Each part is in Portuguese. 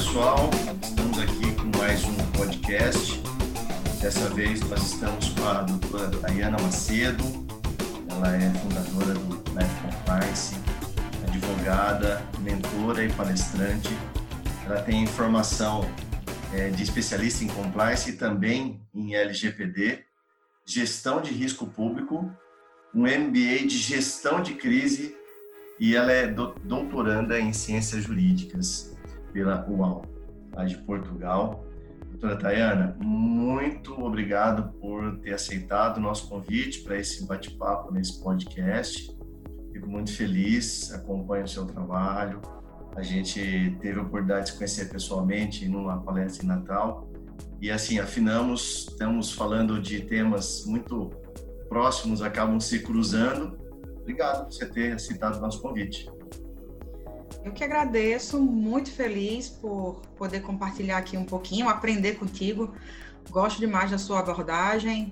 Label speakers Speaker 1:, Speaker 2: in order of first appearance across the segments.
Speaker 1: pessoal, estamos aqui com mais um podcast. Dessa vez nós estamos com a doutora Tayana Macedo, ela é fundadora do Life Compliance, advogada, mentora e palestrante. Ela tem formação de especialista em compliance e também em LGPD, gestão de risco público, um MBA de gestão de crise e ela é doutoranda em ciências jurídicas pela UAL, lá de Portugal. Doutora Tayana, muito obrigado por ter aceitado o nosso convite para esse bate-papo nesse podcast. Fico muito feliz, acompanho o seu trabalho. A gente teve a oportunidade de se conhecer pessoalmente numa palestra em Natal e assim, estamos falando de temas muito próximos, acabam se cruzando. Obrigado por você ter aceitado o nosso convite.
Speaker 2: Eu que agradeço, muito feliz por poder compartilhar aqui um pouquinho, aprender contigo. Gosto demais da sua abordagem,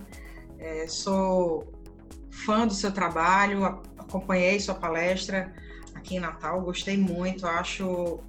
Speaker 2: sou fã do seu trabalho, acompanhei sua palestra aqui em Natal, gostei muito, acho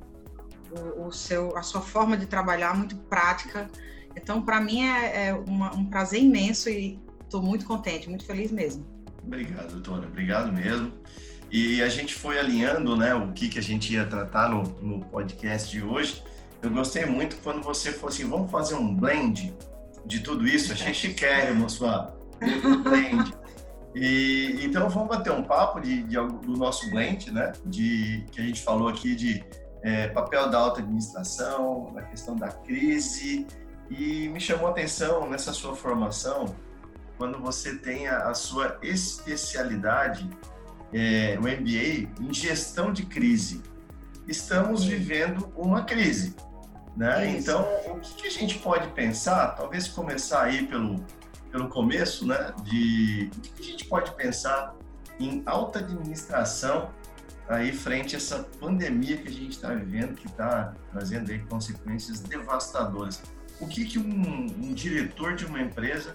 Speaker 2: a sua forma de trabalhar muito prática. Então, para mim é um prazer imenso e estou muito contente, muito feliz mesmo.
Speaker 1: Obrigado, doutora, obrigado mesmo. E a gente foi alinhando, né, o que a gente ia tratar no podcast de hoje. Eu gostei muito quando você falou assim, vamos fazer um blend de tudo isso. Achei chiquérrimo sua blend. E então vamos bater um papo do nosso blend, né, que a gente falou aqui de papel da alta administração, da questão da crise. E me chamou a atenção nessa sua formação, quando você tem a sua especialidade, o MBA em gestão de crise. Estamos vivendo uma crise, né?
Speaker 2: Isso.
Speaker 1: Então, o que a gente pode pensar, talvez começar aí pelo começo, né? O que a gente pode pensar em alta administração aí frente a essa pandemia que a gente está vivendo, que está trazendo aí consequências devastadoras. O que um diretor de uma empresa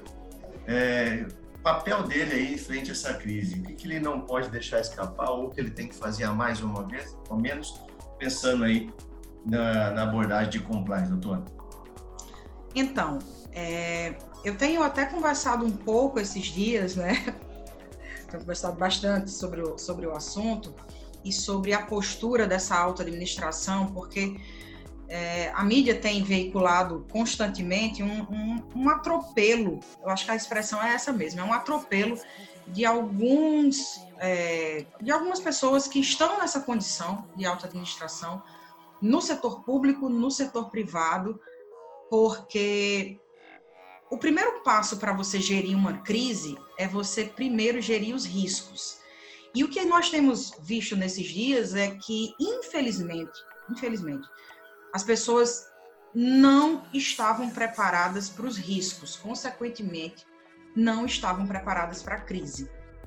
Speaker 1: papel dele aí frente a essa crise, o que ele não pode deixar escapar ou que ele tem que fazer a mais uma vez, ao menos pensando aí na abordagem de compliance, doutora?
Speaker 2: Então, eu tenho até conversado um pouco esses dias, né? Tenho conversado bastante sobre o assunto e sobre a postura dessa alta administração, porque a mídia tem veiculado constantemente um atropelo, eu acho que a expressão é essa mesmo, é um atropelo de algumas pessoas que estão nessa condição de alta administração no setor público, no setor privado, porque o primeiro passo para você gerir uma crise é você primeiro gerir os riscos. E o que nós temos visto nesses dias é que, infelizmente, as pessoas não estavam preparadas para os riscos, consequentemente, não estavam preparadas para a crise.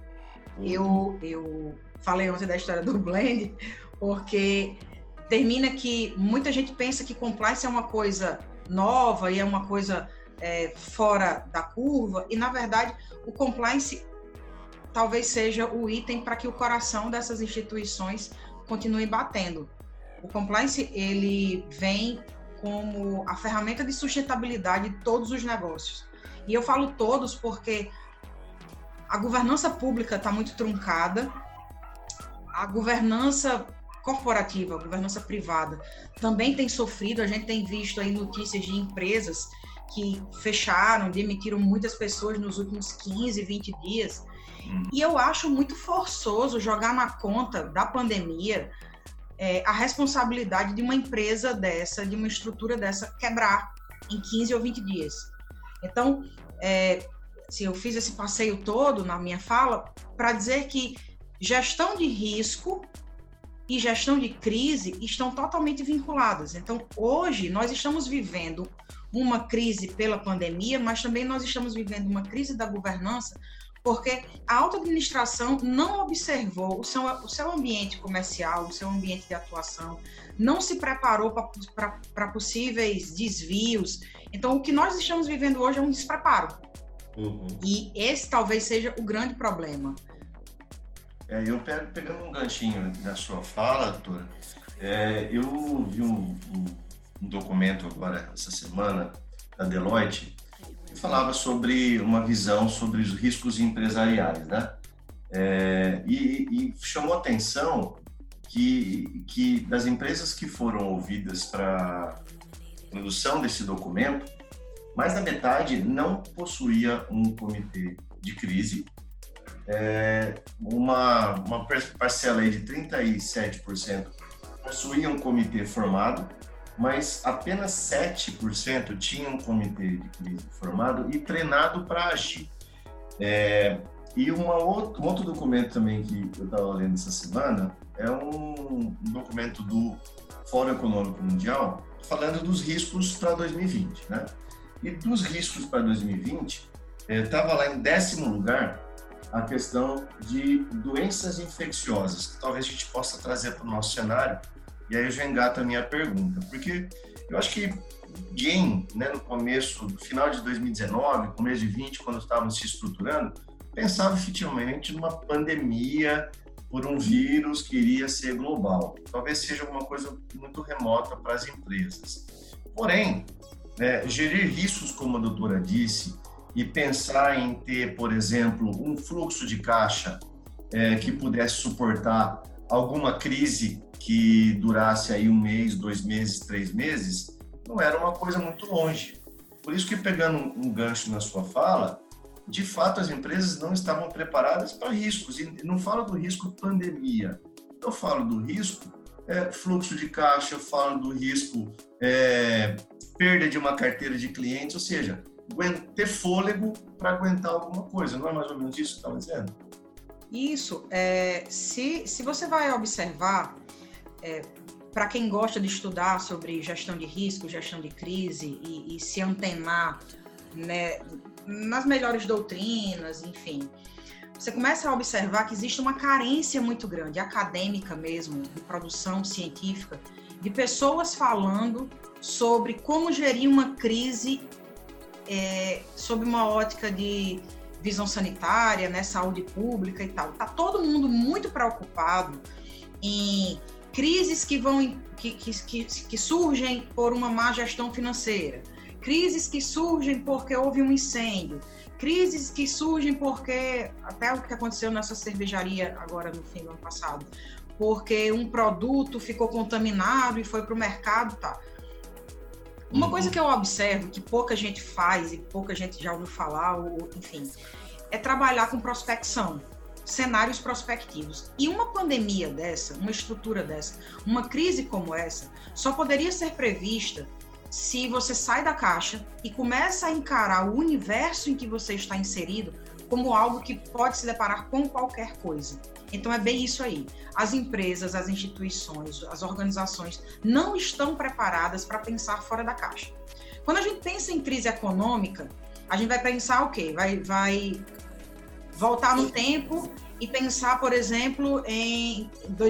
Speaker 2: Eu falei ontem da história do blend, porque termina que muita gente pensa que compliance é uma coisa nova e é uma coisa fora da curva, e, na verdade, o compliance talvez seja o item para que o coração dessas instituições continue batendo. O compliance, ele vem como a ferramenta de sustentabilidade de todos os negócios. E eu falo todos porque a governança pública está muito truncada, a governança corporativa, a governança privada também tem sofrido. A gente tem visto aí notícias de empresas que fecharam, demitiram muitas pessoas nos últimos 15, 20 dias. E eu acho muito forçoso jogar na conta da pandemia a responsabilidade de uma empresa dessa, de uma estrutura dessa, quebrar em 15 ou 20 dias. Então, se eu fiz esse passeio todo na minha fala para dizer que gestão de risco e gestão de crise estão totalmente vinculadas. Então, hoje, nós estamos vivendo uma crise pela pandemia, mas também nós estamos vivendo uma crise da governança, porque a alta administração não observou o seu ambiente comercial, o seu ambiente de atuação, não se preparou para possíveis desvios. Então, o que nós estamos vivendo hoje é um despreparo. E esse talvez seja o grande problema.
Speaker 1: Eu pegando um ganchinho da sua fala, doutora, eu vi um documento agora, essa semana, da Deloitte, que falava sobre uma visão sobre os riscos empresariais, né? E chamou a atenção que das empresas que foram ouvidas para a produção desse documento, mais da metade não possuía um comitê de crise, uma parcela aí de 37% possuía um comitê formado, mas apenas 7% tinham um comitê de crise formado e treinado para agir. E um outro documento também que eu estava lendo essa semana é um documento do Fórum Econômico Mundial falando dos riscos para 2020, né? E dos riscos para 2020, estava lá em 10º lugar a questão de doenças infecciosas, que talvez a gente possa trazer para o nosso cenário. E aí eu já engato a minha pergunta, porque eu acho que ninguém, né, no final de 2019, começo de 20, quando estávamos se estruturando, pensava efetivamente numa pandemia por um vírus que iria ser global. Talvez seja alguma coisa muito remota para as empresas. Porém, gerir riscos, como a doutora disse, e pensar em ter, por exemplo, um fluxo de caixa que pudesse suportar alguma crise que durasse aí 1 mês, 2 meses, 3 meses, não era uma coisa muito longe. Por isso que, pegando um gancho na sua fala, de fato as empresas não estavam preparadas para riscos. E não falo do risco pandemia, eu falo do risco fluxo de caixa, eu falo do risco perda de uma carteira de clientes, ou seja, ter fôlego para aguentar alguma coisa. Não é mais ou menos isso que você estava dizendo?
Speaker 2: Isso. Se você vai observar, para quem gosta de estudar sobre gestão de risco, gestão de crise e se antenar, né, nas melhores doutrinas, enfim, você começa a observar que existe uma carência muito grande, acadêmica mesmo, de produção científica, de pessoas falando sobre como gerir uma crise sob uma ótica de visão sanitária, né, saúde pública e tal. Está todo mundo muito preocupado em crises que surgem por uma má gestão financeira, crises que surgem porque houve um incêndio, crises que surgem porque, até o que aconteceu nessa cervejaria agora no fim do ano passado, porque um produto ficou contaminado e foi para o mercado, tá? Uma coisa que eu observo, que pouca gente faz e pouca gente já ouviu falar, enfim, é trabalhar com prospecção, cenários prospectivos. E uma pandemia dessa, uma estrutura dessa, uma crise como essa, só poderia ser prevista se você sai da caixa e começa a encarar o universo em que você está inserido como algo que pode se deparar com qualquer coisa. Então é bem isso aí. As empresas, as instituições, as organizações não estão preparadas para pensar fora da caixa. Quando a gente pensa em crise econômica, a gente vai pensar o quê? Vai voltar no tempo e pensar, por exemplo, em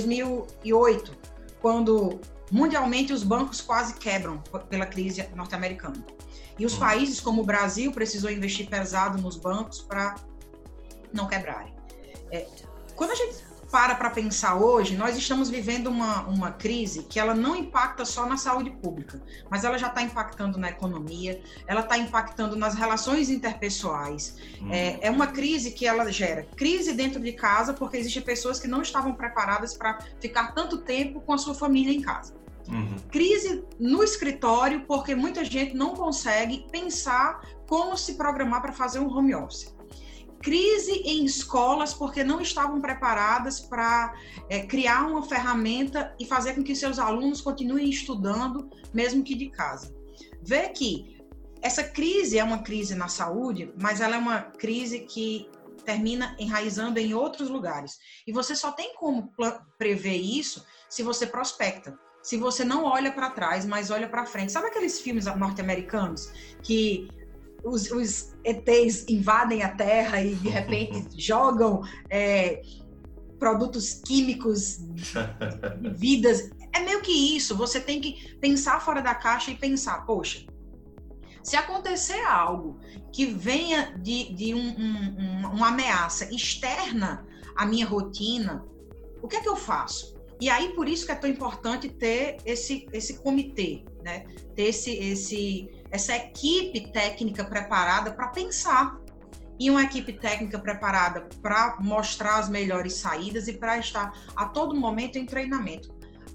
Speaker 2: 2008, quando mundialmente os bancos quase quebram pela crise norte-americana. E os países como o Brasil precisou investir pesado nos bancos para não quebrarem. Quando a gente para pensar hoje, nós estamos vivendo uma crise que ela não impacta só na saúde pública, mas ela já está impactando na economia, ela está impactando nas relações interpessoais. É uma crise que ela gera crise dentro de casa, porque existem pessoas que não estavam preparadas para ficar tanto tempo com a sua família em casa. Crise no escritório, porque muita gente não consegue pensar como se programar para fazer um home office. Crise em escolas, porque não estavam preparadas para criar uma ferramenta e fazer com que seus alunos continuem estudando, mesmo que de casa. Vê que essa crise é uma crise na saúde, mas ela é uma crise que termina enraizando em outros lugares. E você só tem como prever isso se você prospecta. Se você não olha para trás, mas olha para frente. Sabe aqueles filmes norte-americanos que os ETs invadem a Terra e, de repente, jogam produtos químicos, vidas? É meio que isso. Você tem que pensar fora da caixa e pensar, poxa, se acontecer algo que venha de uma ameaça externa à minha rotina, o que é que eu faço? E aí, por isso que é tão importante ter esse comitê, né? Ter essa equipe técnica preparada para pensar. E uma equipe técnica preparada para mostrar as melhores saídas e para estar a todo momento em treinamento.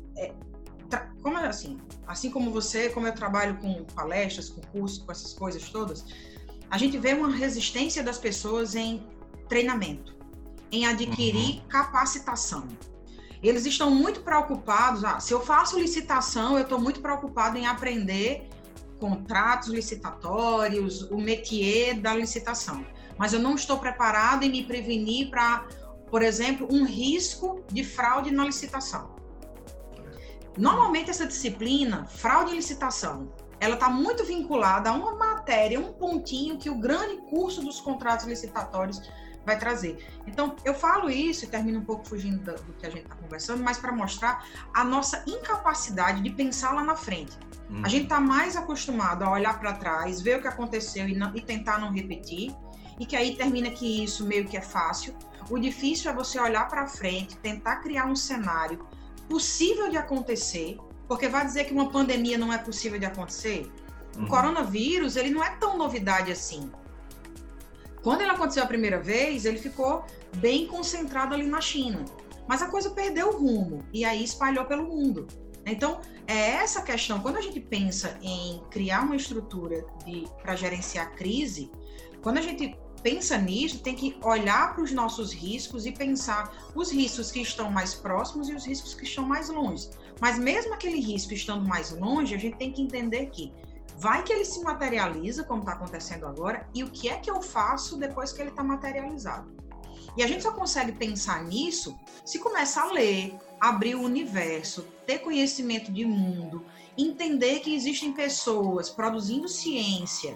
Speaker 2: Assim como você, como eu trabalho com palestras, com cursos, com essas coisas todas, a gente vê uma resistência das pessoas em treinamento, em adquirir capacitação. Eles estão muito preocupados, se eu faço licitação, eu estou muito preocupado em aprender contratos licitatórios, o métier da licitação. Mas eu não estou preparado em me prevenir para, por exemplo, um risco de fraude na licitação. Normalmente essa disciplina, fraude em licitação, ela está muito vinculada a uma matéria, um pontinho que o grande curso dos contratos licitatórios vai trazer. Então, eu falo isso e termino um pouco fugindo do que a gente está conversando, mas para mostrar a nossa incapacidade de pensar lá na frente. A gente está mais acostumado a olhar para trás, ver o que aconteceu e tentar não repetir, e que aí termina que isso meio que é fácil. O difícil é você olhar para frente, tentar criar um cenário possível de acontecer, porque vai dizer que uma pandemia não é possível de acontecer? O coronavírus, ele não é tão novidade assim. Quando ele aconteceu a primeira vez, ele ficou bem concentrado ali na China. Mas a coisa perdeu o rumo e aí espalhou pelo mundo. Então, é essa questão. Quando a gente pensa em criar uma estrutura para gerenciar a crise, quando a gente pensa nisso, tem que olhar para os nossos riscos e pensar os riscos que estão mais próximos e os riscos que estão mais longe. Mas mesmo aquele risco estando mais longe, a gente tem que entender que vai que ele se materializa, como está acontecendo agora, e o que é que eu faço depois que ele está materializado? E a gente só consegue pensar nisso se começar a ler, abrir o universo, ter conhecimento de mundo, entender que existem pessoas produzindo ciência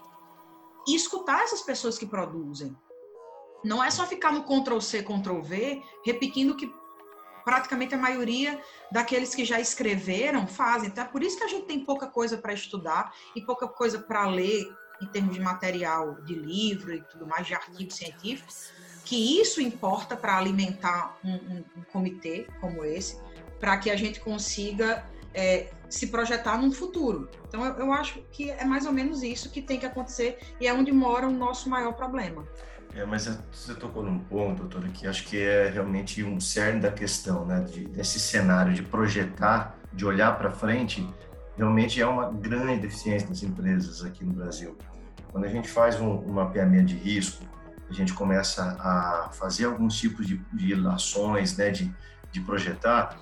Speaker 2: e escutar essas pessoas que produzem. Não é só ficar no Ctrl+C, Ctrl+V, repetindo o que praticamente a maioria daqueles que já escreveram fazem. Então, é por isso que a gente tem pouca coisa para estudar e pouca coisa para ler em termos de material, de livro e tudo mais, de artigos científicos, que isso importa para alimentar um comitê como esse, para que a gente consiga se projetar num futuro. Então, eu acho que é mais ou menos isso que tem que acontecer e é onde mora o nosso maior problema.
Speaker 1: Mas você tocou num ponto, doutora, que acho que é realmente um cerne da questão, né? Desse cenário de projetar, de olhar para frente, realmente é uma grande deficiência das empresas aqui no Brasil. Quando a gente faz um mapeamento de risco, a gente começa a fazer alguns tipos de ações, né? De projetar,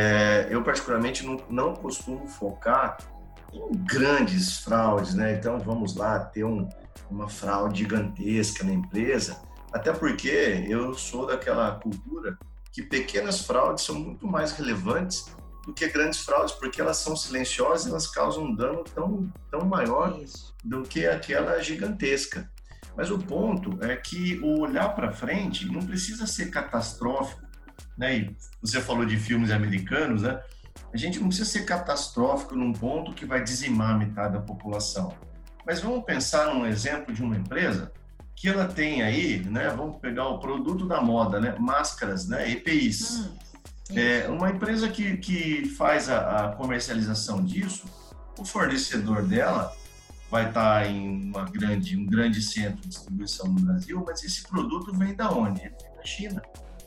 Speaker 1: eu particularmente não costumo focar em grandes fraudes, né? Então, vamos lá, ter uma fraude gigantesca na empresa, até porque eu sou daquela cultura que pequenas fraudes são muito mais relevantes do que grandes fraudes, porque elas são silenciosas e elas causam um dano tão maior do que aquela gigantesca. Mas o ponto é que o olhar para frente não precisa ser catastrófico, né? E você falou de filmes americanos, né? A gente não precisa ser catastrófico num ponto que vai dizimar metade da população. Mas vamos pensar num exemplo de uma empresa que ela tem aí, né? Vamos pegar o produto da moda, né? Máscaras, né? EPIs. Uma empresa que faz a comercialização disso, o fornecedor dela vai estar em um grande centro de distribuição no Brasil, mas esse produto vem da onde? Ele vem da China.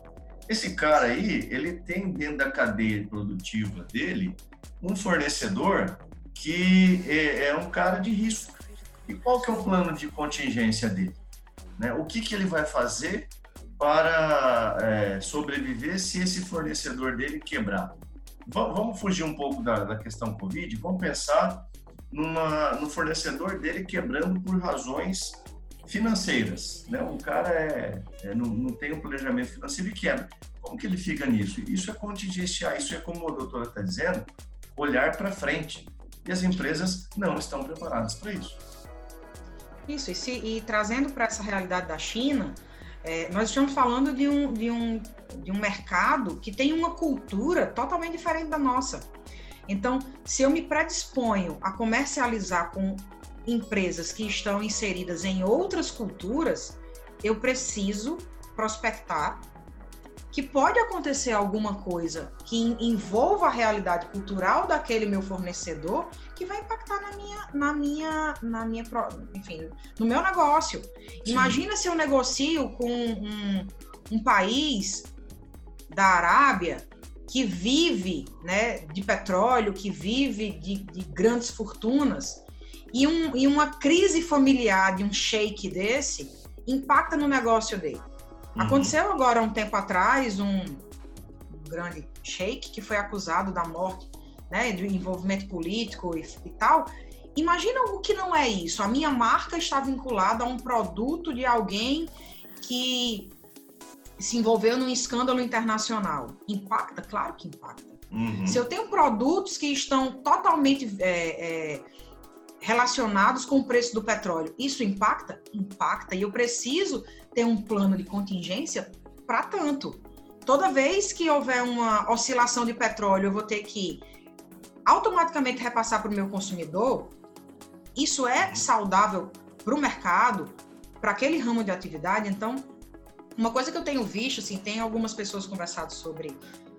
Speaker 1: Esse cara aí, ele tem dentro da cadeia produtiva dele um fornecedor que é um cara de risco. E qual que é o plano de contingência dele? Né? O que ele vai fazer para sobreviver se esse fornecedor dele quebrar? Vamos fugir um pouco da questão Covid, vamos pensar no fornecedor dele quebrando por razões financeiras. Né? O cara não tem um planejamento financeiro e quebra. Como que ele fica nisso? Isso é contingenciar, isso é, como a doutora está dizendo, olhar para frente. E as empresas não estão preparadas para isso.
Speaker 2: Isso, e trazendo para essa realidade da China, nós estamos falando de um mercado que tem uma cultura totalmente diferente da nossa. Então, se eu me predisponho a comercializar com empresas que estão inseridas em outras culturas, eu preciso prospectar, que pode acontecer alguma coisa que envolva a realidade cultural daquele meu fornecedor, que vai impactar enfim, no meu negócio. Sim. Imagina se eu negocio com um país da Arábia que vive, né, de petróleo, que vive de grandes fortunas, e uma crise familiar de um sheik desse impacta no negócio dele. Aconteceu agora, há um tempo atrás, um grande sheik que foi acusado da morte, né, de envolvimento político e tal. Imagina o que não é isso. A minha marca está vinculada a um produto de alguém que se envolveu num escândalo internacional. Impacta? Claro que impacta. Se eu tenho produtos que estão totalmente relacionados com o preço do petróleo, isso impacta? Impacta. E eu preciso ter um plano de contingência para tanto. Toda vez que houver uma oscilação de petróleo, eu vou ter que automaticamente repassar para o meu consumidor. Isso é saudável para o mercado, para aquele ramo de atividade. Então, uma coisa que eu tenho visto, assim, tem algumas pessoas conversado sobre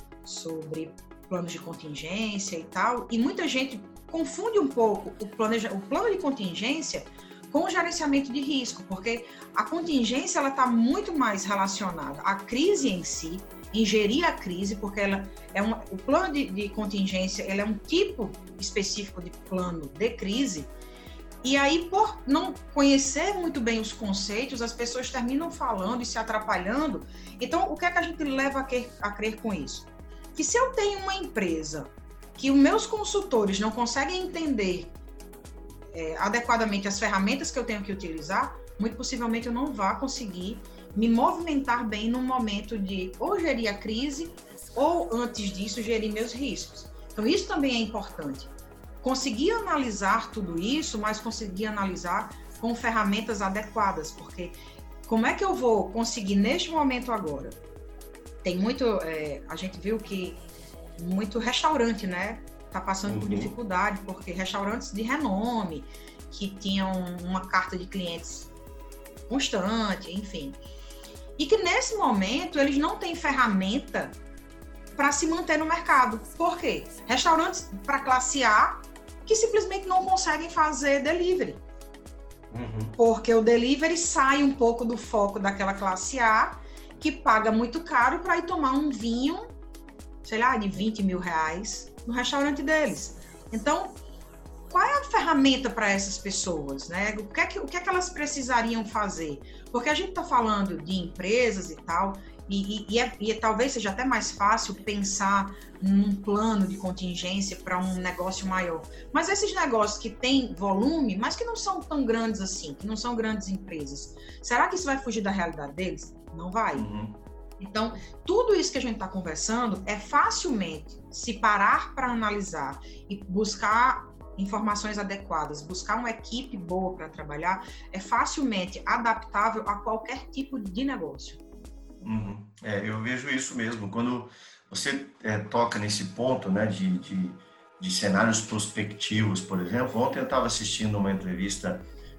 Speaker 2: planos de contingência e tal, e muita gente confunde um pouco o plano de contingência com o gerenciamento de risco, porque a contingência ela está muito mais relacionada à crise em si, em gerir a crise, porque ela o plano de contingência ele é um tipo específico de plano de crise. E aí, por não conhecer muito bem os conceitos, as pessoas terminam falando e se atrapalhando. Então, o que é que a gente leva a crer com isso? Que se eu tenho uma empresa que os meus consultores não conseguem entender adequadamente as ferramentas que eu tenho que utilizar, muito possivelmente eu não vá conseguir me movimentar bem no momento de ou gerir a crise ou, antes disso, gerir meus riscos. Então, isso também é importante. Conseguir analisar tudo isso, mas conseguir analisar com ferramentas adequadas, porque como é que eu vou conseguir neste momento agora? Tem muito, a gente viu que muito restaurante, né, tá passando por dificuldade, porque restaurantes de renome, que tinham uma carta de clientes constante, enfim. E que nesse momento eles não têm ferramenta para se manter no mercado. Por quê? Restaurantes para classe A que simplesmente não conseguem fazer delivery. Porque o delivery sai um pouco do foco daquela classe A, que paga muito caro para ir tomar um vinho, sei lá, de 20 mil reais no restaurante deles. Então, qual é a ferramenta para essas pessoas, né? O que é que elas precisariam fazer? Porque a gente está falando de empresas e tal, e talvez seja até mais fácil pensar num plano de contingência para um negócio maior. Mas esses negócios que têm volume, mas que não são tão grandes assim, que não são grandes empresas, será que isso vai fugir da realidade deles? Não vai. Então, tudo isso que a gente está conversando é facilmente se parar para analisar e buscar informações adequadas, buscar uma equipe boa para trabalhar, é facilmente adaptável a qualquer tipo de negócio.
Speaker 1: Eu vejo isso mesmo. Quando você toca nesse ponto, né, de cenários prospectivos, por exemplo, ontem eu estava assistindo uma entrevista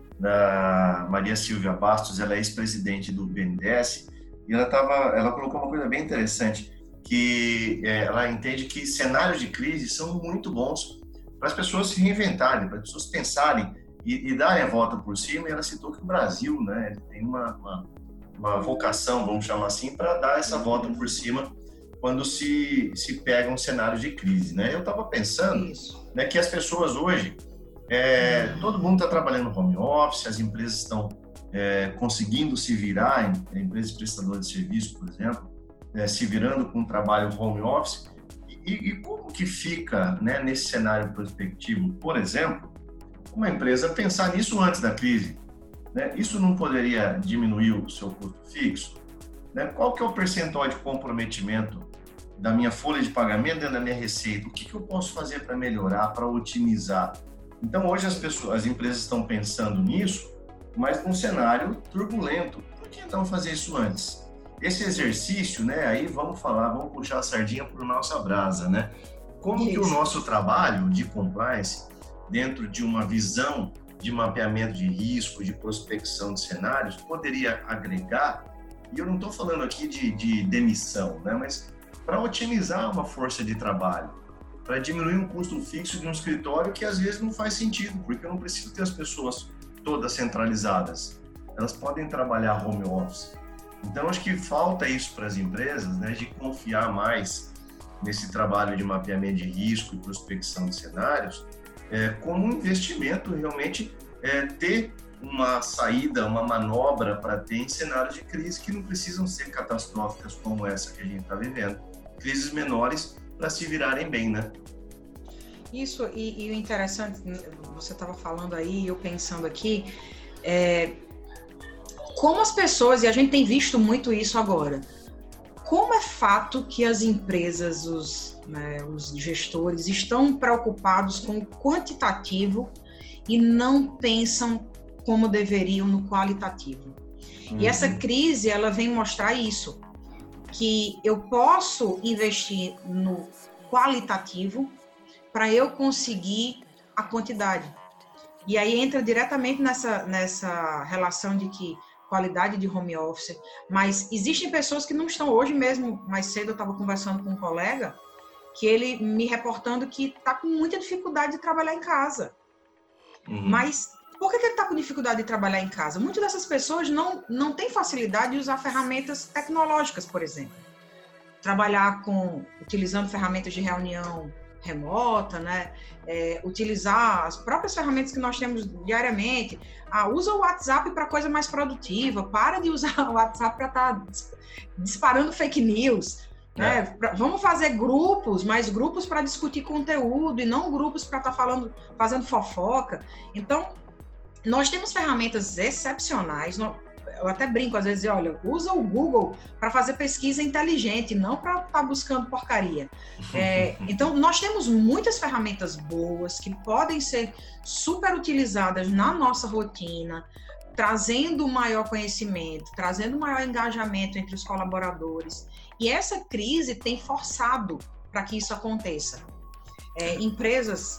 Speaker 1: da Maria Silvia Bastos, ela é ex-presidente do BNDES, e ela colocou uma coisa bem interessante, que ela entende que cenários de crise são muito bons para as pessoas se reinventarem, para as pessoas pensarem e darem a volta por cima. E ela citou que o Brasil, né, ele tem uma vocação, vamos chamar assim, para dar essa volta por cima quando se pega um cenário de crise, né? Eu estava pensando, né, que as pessoas hoje, todo mundo está trabalhando home office, as empresas estão conseguindo se virar, empresas prestadoras de serviço, por exemplo, se virando com um trabalho home office. E como que fica, né, nesse cenário prospectivo, por exemplo, uma empresa pensar nisso antes da crise? Né? Isso não poderia diminuir o seu custo fixo? Né? Qual que é o percentual de comprometimento da minha folha de pagamento dentro da minha receita? O que eu posso fazer para melhorar, para otimizar? Então, hoje as empresas estão pensando nisso, mas num cenário turbulento. Por que não fazer isso antes? Esse exercício, né, aí vamos puxar a sardinha para a nossa brasa, né? Como que o nosso trabalho de compliance, dentro de uma visão de mapeamento de risco, de prospecção de cenários, poderia agregar E eu não estou falando aqui de demissão, né? Mas para otimizar uma força de trabalho, para diminuir um custo fixo de um escritório que às vezes não faz sentido, porque eu não preciso ter as pessoas todas centralizadas. Elas podem trabalhar home office. Então, acho que falta isso para as empresas, né, de confiar mais nesse trabalho de mapeamento de risco e prospecção de cenários, como um investimento realmente ter uma saída, uma manobra para ter em cenários de crise que não precisam ser catastróficas como essa que a gente está vivendo. Crises menores para se virarem bem, né?
Speaker 2: Isso, e o interessante, você estava falando aí, eu pensando aqui, como as pessoas, e a gente tem visto muito isso agora, como é fato que as empresas, os gestores, estão preocupados com o quantitativo e não pensam como deveriam no qualitativo. E essa crise, ela vem mostrar isso, que eu posso investir no qualitativo para eu conseguir a quantidade. E aí entra diretamente nessa relação de que qualidade de home office, mas existem pessoas que não estão hoje mesmo, mais cedo eu estava conversando com um colega, que ele me reportando que está com muita dificuldade de trabalhar em casa. Mas por que ele está com dificuldade de trabalhar em casa? Muitas dessas pessoas não têm facilidade de usar ferramentas tecnológicas, por exemplo. Trabalhar utilizando ferramentas de reunião remota, né? Utilizar as próprias ferramentas que nós temos diariamente. Usa o WhatsApp para coisa mais produtiva, para de usar o WhatsApp para estar disparando fake news. Né? Vamos fazer grupos, mais grupos para discutir conteúdo e não grupos para estar fazendo fofoca. Então, nós temos ferramentas excepcionais. Eu até brinco às vezes, olha, usa o Google para fazer pesquisa inteligente, não para estar buscando porcaria. Então, nós temos muitas ferramentas boas que podem ser super utilizadas na nossa rotina, trazendo maior conhecimento, trazendo maior engajamento entre os colaboradores. E essa crise tem forçado para que isso aconteça. Empresas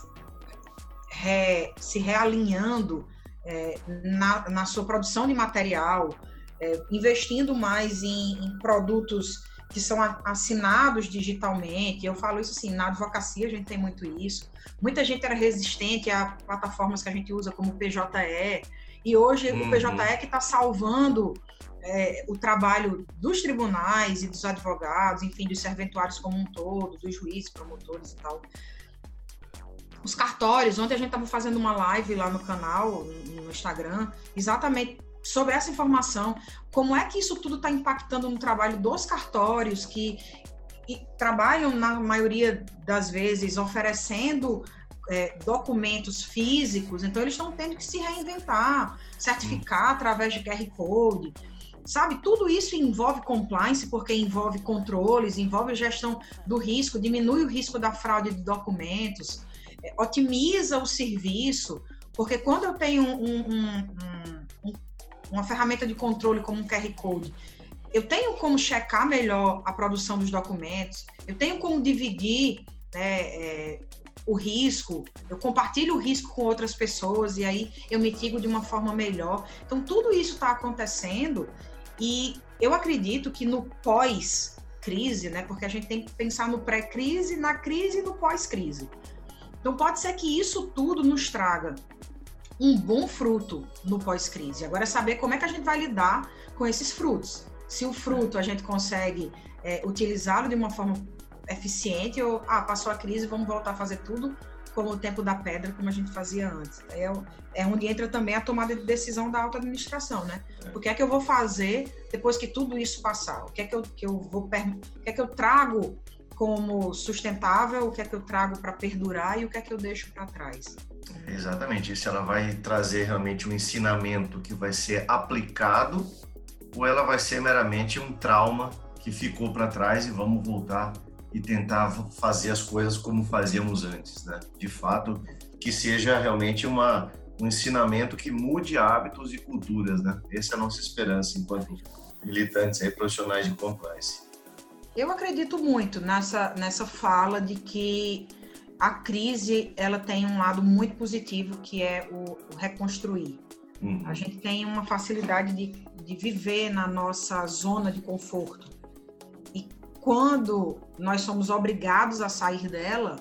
Speaker 2: se realinhando na sua produção de material, investindo mais em produtos que são assinados digitalmente. Eu falo isso assim, na advocacia a gente tem muito isso. Muita gente era resistente a plataformas que a gente usa como o PJE, e hoje o PJE que está salvando o trabalho dos tribunais e dos advogados, enfim, dos serventuários como um todo, dos juízes, promotores e tal. Os cartórios, ontem a gente estava fazendo uma live lá no canal, no Instagram, exatamente sobre essa informação, como é que isso tudo está impactando no trabalho dos cartórios, que trabalham, na maioria das vezes, oferecendo documentos físicos, então eles estão tendo que se reinventar, certificar através de QR Code, sabe? Tudo isso envolve compliance, porque envolve controles, envolve gestão do risco, diminui o risco da fraude de documentos, otimiza o serviço, porque quando eu tenho uma ferramenta de controle como um QR Code, eu tenho como checar melhor a produção dos documentos, eu tenho como dividir o risco, eu compartilho o risco com outras pessoas e aí eu mitigo de uma forma melhor. Então, tudo isso está acontecendo e eu acredito que no pós-crise, né, porque a gente tem que pensar no pré-crise, na crise e no pós-crise. Então, pode ser que isso tudo nos traga um bom fruto no pós-crise. Agora é saber como é que a gente vai lidar com esses frutos. Se o fruto a gente consegue utilizá-lo de uma forma eficiente ou, passou a crise, vamos voltar a fazer tudo como o tempo da pedra, como a gente fazia antes. É onde entra também a tomada de decisão da alta administração, né? O que é que eu vou fazer depois que tudo isso passar? O que é que eu trago como sustentável, o que é que eu trago para perdurar e o que é que eu deixo para trás.
Speaker 1: Exatamente, e se ela vai trazer realmente um ensinamento que vai ser aplicado ou ela vai ser meramente um trauma que ficou para trás e vamos voltar e tentar fazer as coisas como fazíamos antes, né? De fato, que seja realmente um ensinamento que mude hábitos e culturas, né? Essa é a nossa esperança enquanto militantes aí, profissionais de compliance.
Speaker 2: Eu acredito muito nessa fala de que a crise ela tem um lado muito positivo, que é o reconstruir. A gente tem uma facilidade de viver na nossa zona de conforto. E quando nós somos obrigados a sair dela,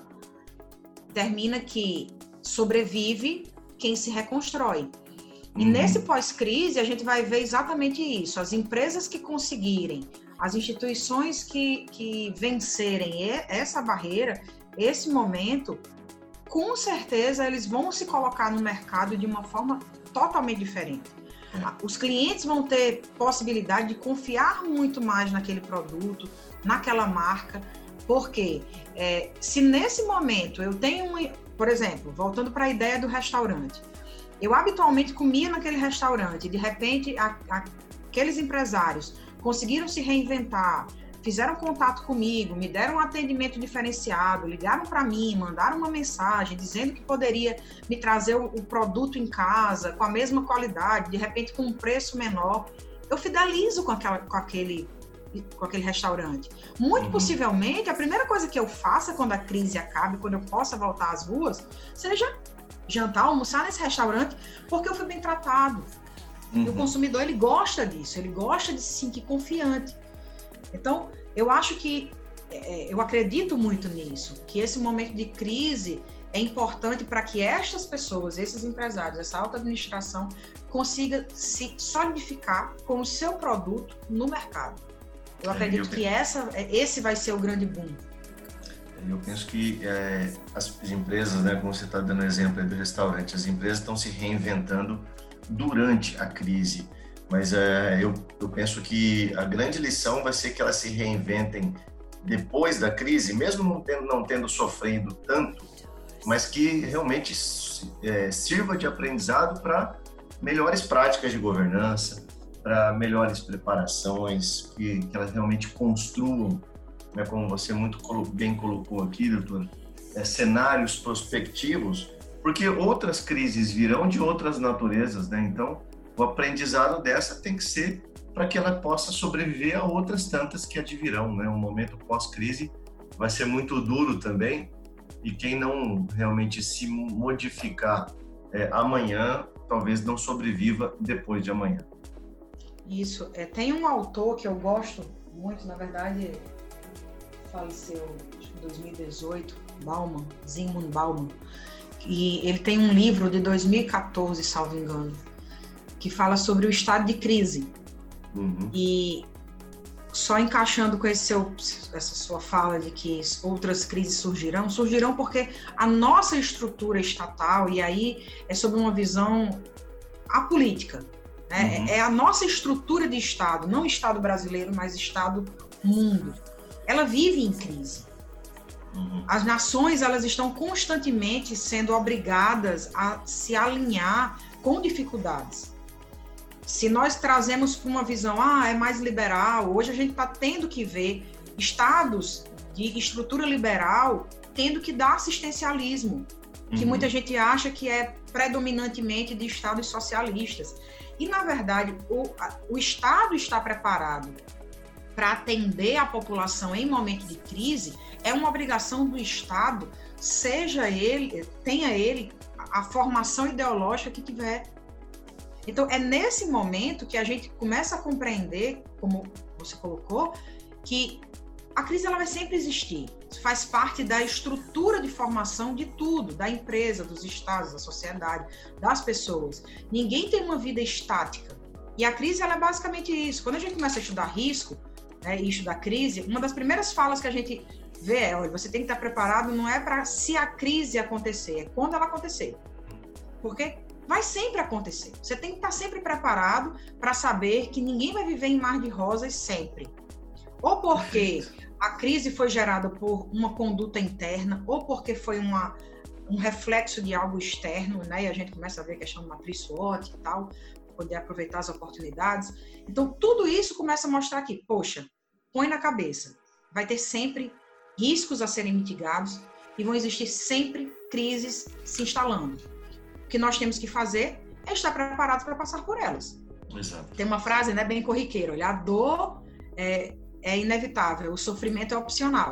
Speaker 2: termina que sobrevive quem se reconstrói. E nesse pós-crise, a gente vai ver exatamente isso. As empresas que conseguirem, as instituições que vencerem essa barreira, esse momento, com certeza eles vão se colocar no mercado de uma forma totalmente diferente. Os clientes vão ter possibilidade de confiar muito mais naquele produto, naquela marca, porque se nesse momento eu tenho, por exemplo, voltando para a ideia do restaurante, eu habitualmente comia naquele restaurante, de repente aqueles empresários conseguiram se reinventar, fizeram contato comigo, me deram um atendimento diferenciado, ligaram para mim, mandaram uma mensagem dizendo que poderia me trazer o produto em casa com a mesma qualidade, de repente com um preço menor. Eu fidelizo com aquele restaurante. Muito possivelmente, a primeira coisa que eu faça quando a crise acabe, quando eu possa voltar às ruas, seja jantar, almoçar nesse restaurante, porque eu fui bem tratado. E o consumidor, ele gosta disso, ele gosta de se sentir confiante. Então, eu acho que, eu acredito muito nisso, que esse momento de crise é importante para que estas pessoas, esses empresários, essa alta administração, consiga se solidificar com o seu produto no mercado. Eu acredito que esse vai ser o grande boom.
Speaker 1: Eu penso que as empresas, né, como você está dando exemplo aí do restaurante, as empresas estão se reinventando durante a crise. Mas eu penso que a grande lição vai ser que elas se reinventem depois da crise, mesmo não tendo sofrido tanto, mas que realmente sirva de aprendizado para melhores práticas de governança, para melhores preparações, que elas realmente construam, né, como você muito bem colocou aqui, doutor, cenários prospectivos, porque outras crises virão de outras naturezas, né? Então, o aprendizado dessa tem que ser para que ela possa sobreviver a outras tantas que advirão, né? Um momento pós-crise vai ser muito duro também, e quem não realmente se modificar amanhã, talvez não sobreviva depois de amanhã.
Speaker 2: Isso. Tem um autor que eu gosto muito, na verdade, faleceu em 2018, Zygmunt Bauman, e ele tem um livro de 2014, salvo engano, que fala sobre o estado de crise. E só encaixando com essa sua fala de que outras crises surgirão porque a nossa estrutura estatal, e aí é sobre uma visão apolítica, né? É a nossa estrutura de Estado, não Estado brasileiro, mas Estado mundo. Ela vive em crise. As nações, elas estão constantemente sendo obrigadas a se alinhar com dificuldades. Se nós trazemos para uma visão, é mais liberal, hoje a gente está tendo que ver estados de estrutura liberal tendo que dar assistencialismo, que muita gente acha que é predominantemente de estados socialistas. E, na verdade, o Estado está preparado para atender a população em momento de crise, é uma obrigação do Estado, tenha ele a formação ideológica que tiver. Então, é nesse momento que a gente começa a compreender, como você colocou, que a crise ela vai sempre existir. Isso faz parte da estrutura de formação de tudo, da empresa, dos estados, da sociedade, das pessoas. Ninguém tem uma vida estática. E a crise ela é basicamente isso. Quando a gente começa a estudar risco, né, e estudar crise, uma das primeiras falas que a gente vê é, olha, você tem que estar preparado, não é para se a crise acontecer, é quando ela acontecer. Porque vai sempre acontecer. Você tem que estar sempre preparado para saber que ninguém vai viver em mar de rosas sempre. Ou porque a crise foi gerada por uma conduta interna, ou porque foi um reflexo de algo externo, né? E a gente começa a ver a questão de matriz SWOT e tal, poder aproveitar as oportunidades. Então, tudo isso começa a mostrar que, poxa, põe na cabeça, vai ter sempre riscos a serem mitigados e vão existir sempre crises se instalando. O que nós temos que fazer é estar preparados para passar por elas.
Speaker 1: Exato.
Speaker 2: Tem uma frase, né, bem corriqueira, olha, a dor é inevitável, o sofrimento é opcional.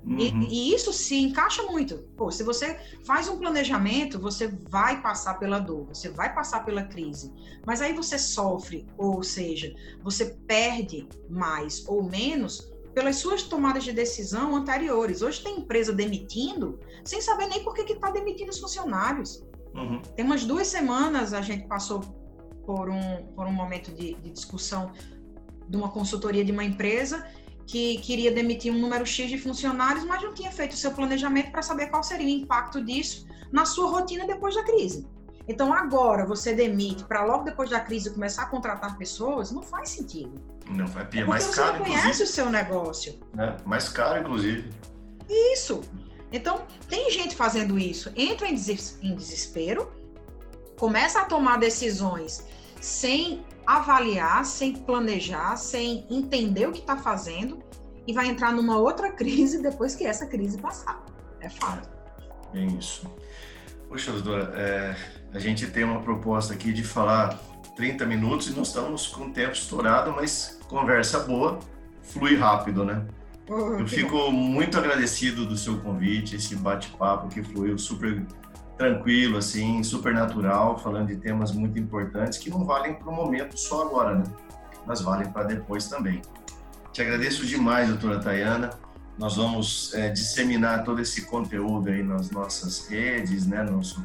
Speaker 2: E isso se encaixa muito. Pô, se você faz um planejamento, você vai passar pela dor, você vai passar pela crise. Mas aí você sofre, ou seja, você perde mais ou menos pelas suas tomadas de decisão anteriores. Hoje tem empresa demitindo sem saber nem por que está demitindo os funcionários. Tem umas 2 semanas a gente passou por um momento de discussão de uma consultoria de uma empresa que queria demitir um número X de funcionários, mas não tinha feito o seu planejamento para saber qual seria o impacto disso na sua rotina depois da crise. Então, agora, você demite para logo depois da crise começar a contratar pessoas, não faz sentido.
Speaker 1: Não, vai
Speaker 2: porque
Speaker 1: mais
Speaker 2: você
Speaker 1: caro,
Speaker 2: não conhece o seu negócio.
Speaker 1: Mais caro, inclusive.
Speaker 2: Isso. Então, tem gente fazendo isso, entra em desespero, começa a tomar decisões sem avaliar, sem planejar, sem entender o que está fazendo e vai entrar numa outra crise depois que essa crise passar. É fato.
Speaker 1: É isso. Poxa, doutora, a gente tem uma proposta aqui de falar 30 minutos e nós estamos com o tempo estourado, mas conversa boa, flui rápido, né? Eu fico muito agradecido do seu convite, esse bate-papo que fluiu super tranquilo, assim, super natural, falando de temas muito importantes que não valem para o momento só agora, né? Mas valem para depois também. Te agradeço demais, doutora Tayana. Nós vamos disseminar todo esse conteúdo aí nas nossas redes, né? Nosso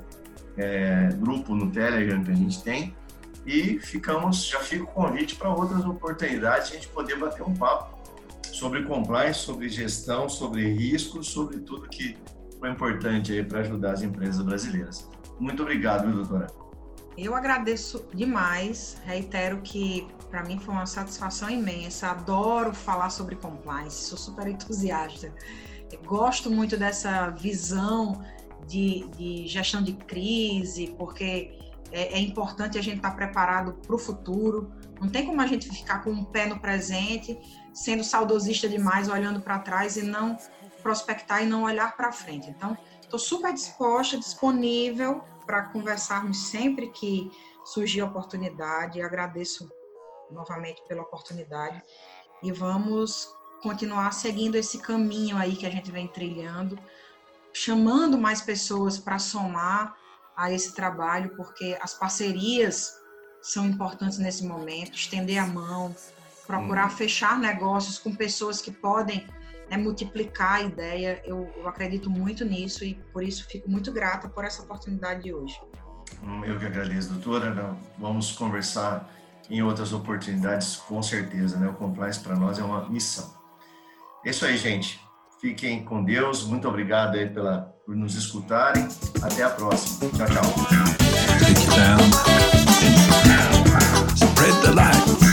Speaker 1: grupo no Telegram que a gente tem. E já fica o convite para outras oportunidades, a gente poder bater um papo sobre compliance, sobre gestão, sobre riscos, sobre tudo que foi importante aí para ajudar as empresas brasileiras. Muito obrigado, doutora.
Speaker 2: Eu agradeço demais, reitero que para mim foi uma satisfação imensa, adoro falar sobre compliance, sou super entusiasta, gosto muito dessa visão de gestão de crise, porque é importante a gente estar preparado para o futuro, não tem como a gente ficar com um pé no presente, sendo saudosista demais, olhando para trás e não prospectar e não olhar para frente. Então, estou super disposta, disponível para conversarmos sempre que surgir a oportunidade. Agradeço novamente pela oportunidade e vamos continuar seguindo esse caminho aí que a gente vem trilhando, chamando mais pessoas para somar a esse trabalho, porque as parcerias são importantes nesse momento, estender a mão, procurar fechar negócios com pessoas que podem multiplicar a ideia. Eu acredito muito nisso e por isso fico muito grata por essa oportunidade de hoje.
Speaker 1: Eu que agradeço, doutora. Vamos conversar em outras oportunidades, com certeza, né? O compliance para nós é uma missão. É isso aí, gente. Fiquem com Deus. Muito obrigado aí por nos escutarem. Até a próxima. Tchau, tchau. Spread the light.